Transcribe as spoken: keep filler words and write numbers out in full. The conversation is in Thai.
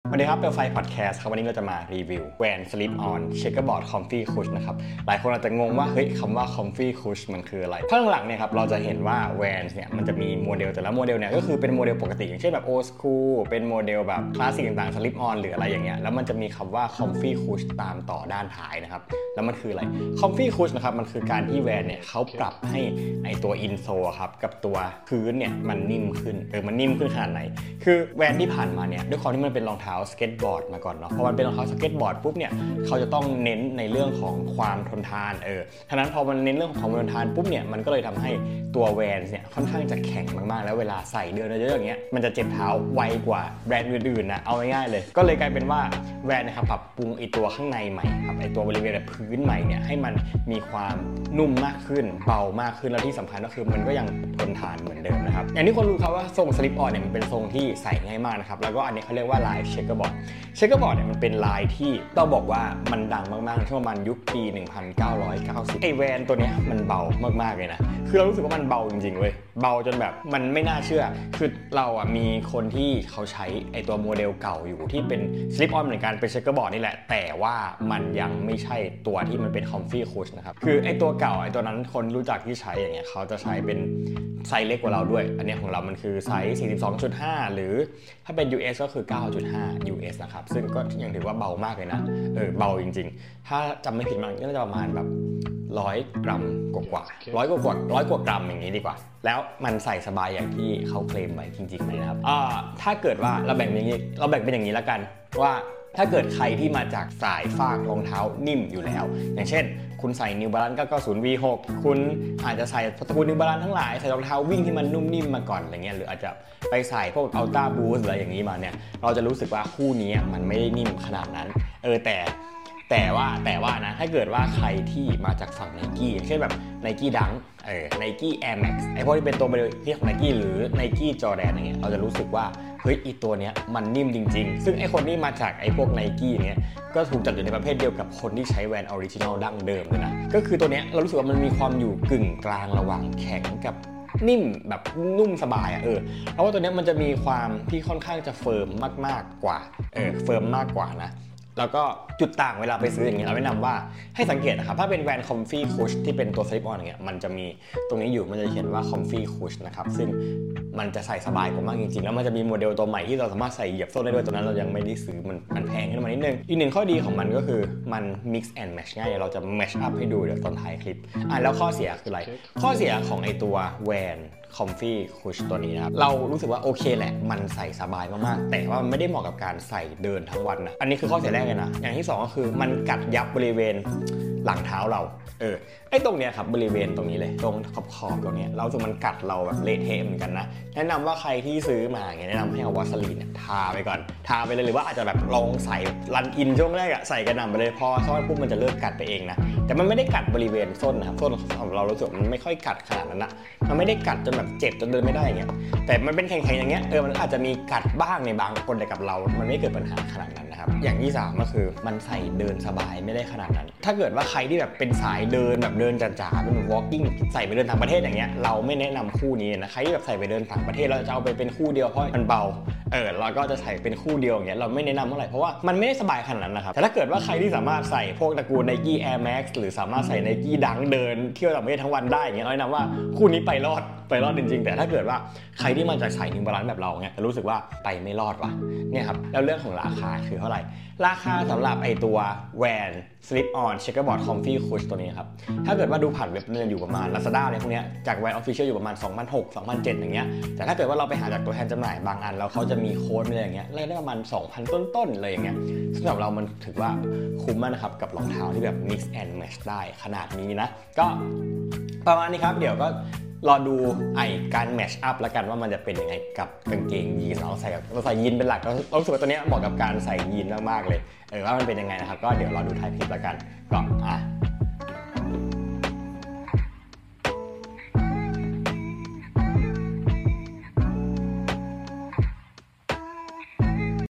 สวัสดีครับเปลวไฟพอดแคสต์ครับวันนี้เราจะมารีวิวแวน Slip On Checkerboard Comfy Cush นะครับหลายคนอาจจะงงว่าเฮ้ยคำว่า Comfy Cush มันคืออะไรข้างหลังเนี่ยครับเราจะเห็นว่าแวนเนี่ยมันจะมีโมเดลแต่ละโมเดลเนี่ยก็คือเป็นโมเดลปกติอย่างเช่นแบบ Old School เป็นโมเดลแบบคลาสสิกต่างๆ Slip On หรืออะไรอย่างเงี้ยแล้วมันจะมีคำว่า Comfy Cush ตามต่อด้านท้ายนะครับแล้วมันคืออะไร Comfy Cush นะครับมันคือการที่แวนเนี่ยเขาปรับให้ไอตัวอินโซครับกับตัวพื้นเนี่ยมันนิ่มขึ้นเออมันนิ่มขึ้นขนาดไหนคือแวนที่ผ่านมาเนี่ยด้วยความที่มันเป็นรองเท้าสเก็ตบอร์ดมาก่อนเนาะพอมันเป็นรองเท้าสเก็ตบอร์ดปุ๊บเนี่ยเขาจะต้องเน้นในเรื่องของความทนทานเออฉะนั้นพอมันเน้นเรื่องของความทนทานปุ๊บเนี่ยมันก็เลยทำให้ตัวแวนเนี่ยค่อนข้างจะแข็งมากๆแล้วเวลาใส่เดินเยอะๆอย่างเงี้ยมันจะเจ็บเท้าไวกว่าแบรนด์อื่นๆนะเอาง่ายๆเลยก็เลยกลายเป็นว่าแวนนะครับปรับปรุงไอตัวข้างในใหม่ครับไอตัวบริเวณพื้นใหม่เนี่ยให้มันมีความนุ่มมากขึ้นเบามากขึ้นแล้วที่สำคัญก็คือมันก็ยังทนทานเหมือนเดิมนะครับอย่างที่คนรู้ครับว่าทรงสลิปออนเนี่ยมันเป็นทรงที่ใส่ง่ายมากนะครับแล้วก็อันนี้เขาเรียกว่าลายเชคเกอร์บอร์ดเชคเกอร์บอร์ดเนี่ยมันเป็นลายที่ต้องบอกว่ามันดังมากๆในช่วงประมาณยุคปีหนึ่งพันเก้าร้อยเก้าสิบไอแวนตัวเนี้ยมันเบามากๆเลยนะคือเรารู้สึกว่ามันเบาจริงๆเว้ยเบาจนแบบมันไม่น่าเชื่อคือเราอ่ะมีคนที่เขาใช้ไอตัวโมเดลเก่าอยู่ที่เป็นสลิปออนเหมือนกันเป็นเชคเกอร์บอร์ดนี่แหละแต่ว่ามันยังไม่ใช่ตัวที่มันเป็นคอมฟี่คุชนะครับคือไอตัวเก่าไอตัวนั้นคนรู้จักที่ใช้อย่างเงี้ยเขาจะใช้เป็นไซส์เล็กกว่าเราด้วยอันนี้ของเรามันคือไซส์ สี่สิบสองจุดห้า หรือถ้าเป็น ยู เอส ก็คือ เก้าจุดห้า ยู เอส นะครับซึ่งก็ยังถือว่าเบามากเลยนะเออเบาจริงๆถ้าจำไม่ผิดมันก็จะประมาณแบบร้อยกรัมกว่าๆร้อยกว่าร้อยกว่ากรัมอย่างนี้ดีกว่าแล้วมันใส่สบายอย่างที่เขาเคลมไว้จริงๆเลยนะครับอ่าถ้าเกิดว่าเราแบ่งเป็นอย่างนี้เราแบ่งเป็นอย่างนี้แล้วกันว่าถ้าเกิดใครที่มาจากสายฟากรองเท้านิ่มอยู่แล้วอย่างเช่นคุณใส่ New Balance เก้าเก้าศูนย์ วี หก คุณอาจจะใส่ตระกูล New Balance ทั้งหลายใส่รองเท้าวิ่งที่มันนุ่มนิ่มมาก่อนอะไรเงี้ยหรืออาจจะไปใส่พวก Ultra Boost อะไรอย่างนี้มาเนี่ยเราจะรู้สึกว่าคู่นี้มันไม่ได้นิ่มขนาดนั้นเออแต่แต่ว่าแต่ว่านะถ้าเกิดว่าใครที่มาจากฝั่ง Nike อย่างเช่นแบบ Nike Dunk เออ Nike Air Max ไอพวกที่เป็นตัวบริเวณที่ของ Nike หรือ Nike Jordan อย่างเงี้ยเราจะรู้สึกว่าเฮ้ยอีตัวเนี้ยมันนิ่มจริงๆซึ่งไอคนที่มาจากไอพวก Nike เนี้ยก็ถูกจัดอยู่ในประเภทเดียวกับคนที่ใช้แวนออริจินอลดั้งเดิมเลยนะก็คือตัวเนี้ยเรารู้สึกว่ามันมีความอยู่กึ่งกลางระหว่างแข็งกับนิ่มแบบนุ่มสบายอ่ะเออเพราะว่าตัวเนี้ยมันจะมีความที่ค่อนข้างจะเฟิร์มมากๆกว่าเออเฟิร์มมากกว่านะแล้วก็จุดต่างเวลาไปซื้ออย่างเงี้ยเราแนะนำว่าให้สังเกตนะครับถ้าเป็นแวน Comfy Cush ที่เป็นตัว Slip On อย่างเงี้ยมันจะมีตรงนี้อยู่มันจะเขียนว่า Comfy Cush นะครับซึ่งมันจะใส่สบายกว่ามากจริงๆแล้วมันจะมีโมเดลตัวใหม่ที่เราสามารถใส่เหยียบส้นได้ด้วยตัวนั้นเรายังไม่ได้ซื้อมันมันแพงขึ้นมานิดนึงอีกหนึ่งข้อดีของมันก็คือมัน mix and match ง่ายเราจะ match up ให้ดูเดี๋ยวตอนท้ายคลิปอ่ะแล้วข้อเสียคืออะไรข้อเสียของไอตัวแวนComfy Cush ตัวนี้นะครับเรารู้สึกว่าโอเคแหละมันใส่สบายมากๆแต่ว่ามันไม่ได้เหมาะกับการใส่เดินทั้งวันนะอันนี้คือข้อเสียแรกเลยนะอย่างที่สองก็คือมันกัดยับบริเวณหลังเท้าเราเออไอ้ตรงเนี้ยครับบริเวณตรงนี้เลยตรงขอบขอบตรงเนี้ยเราสึกมันกัดเราแบบเละเทะเหมือนกันนะแนะนำว่าใครที่ซื้อมาอย่างเงี้ยแนะนำให้เอาวาสลีนเนี่ยทาไปก่อนทาไปเลยหรือว่าอาจจะแบบลองใส่รันอินช่วงแรกอะใส่กระหน่ำไปเลยพอซ้อนปุ๊บมันจะเลิกกัดไปเองนะแต่มันไม่ได้กัดบริเวณส้นนะครับส้นของเรารู้สึกมันไม่ค่อยกัดขนาดนั้นนะมันไม่ได้กัดจนแบบเจ็บจนเดินไม่ได้อย่างเงี้ยแต่มันเป็นแข็งๆอย่างเงี้ยเออมันอาจจะมีกัดบ้างในบางคนแต่กับเรามันไม่เกิดปัญหาขนาดนั้นนะครับอย่างที่สามก็คือมันใส่เดินสบายไม่ได้ขนาดนั้นถ้าเกิดว่าใครที่แบบเป็นสายเดินแบบเดินจ๋าๆเป็น walking ใส่ไปเดินต่างประเทศอย่างเงี้ยเราไม่แนะนำคู่นี้นะใครที่แบบใส่ไปเดินต่างประเทศเราจะเอาไปเป็นคู่เดียวเพราะมันเบาเออเราก็จะใส่เป็นคู่เดียวอย่างเงี้ยเราไม่แนะนำเท่าไหร่เพราะว่ามันไม่ได้สบายขนาดนั้นนะครับแต่ถ้าเกิดว่าใครที่สามารถใส่พวกตระกูล Nike Air Max หรือสามารถใส่ Nike Dunk เดินเที่ยวต่างประเทศทั้งวันได้อย่างเงี้ยเราแนะนำว่าคู่นี้ไปรอดไปรอดจริงๆแต่ถ้าเกิดว่าใครที่มาจากสาย New Balance แบบเราเนี่ยจะรู้สึกว่าไปไม่รอดว่ะเนี่ยครับแล้วเรื่องของราคาคือเท่าไหร่ราคาสำหรับไอตัวแวน Slip On Checkerboard Comfy Cush ตัวนี้ครับถ้าเกิดว่าดูผ่านเว็บเนี่ยอยู่ประมาณ Lazada อะไรพวกเนี้ยจากแวน Official อยู่ประมาณ สองพันหกร้อย สองพันเจ็ดร้อย อย่างเงี้ยแต่ถ้าเกิดว่าเราไปหาจากตัวแทนจำหน่ายบางอันแล้วเขาจะมีโค้ดอะไรอย่างเงี้ยได้ประมาณ สองพัน ต้นๆเลยอย่างเงี้ยสำหรับเรามันถือว่าคุ้มมากนะครับกับรองเท้าที่แบบ mix and match ได้ขนาดนี้นะก็ประมาณนี้ครับเดี๋ยวก็รอดูไอการแมชอัพแล้วกันว่ามันจะเป็นยังไงกับกางเกงยีนเราใส่เราใส่ยีนเป็นหลักเรารู้สึกว่าตัวนี้เหมาะกับการใส่ยีนมากๆเลยเออว่ามันเป็นยังไงนะครับก็เดี๋ยวรอดูท้ายคลิปแล้วกันก็อ่ะ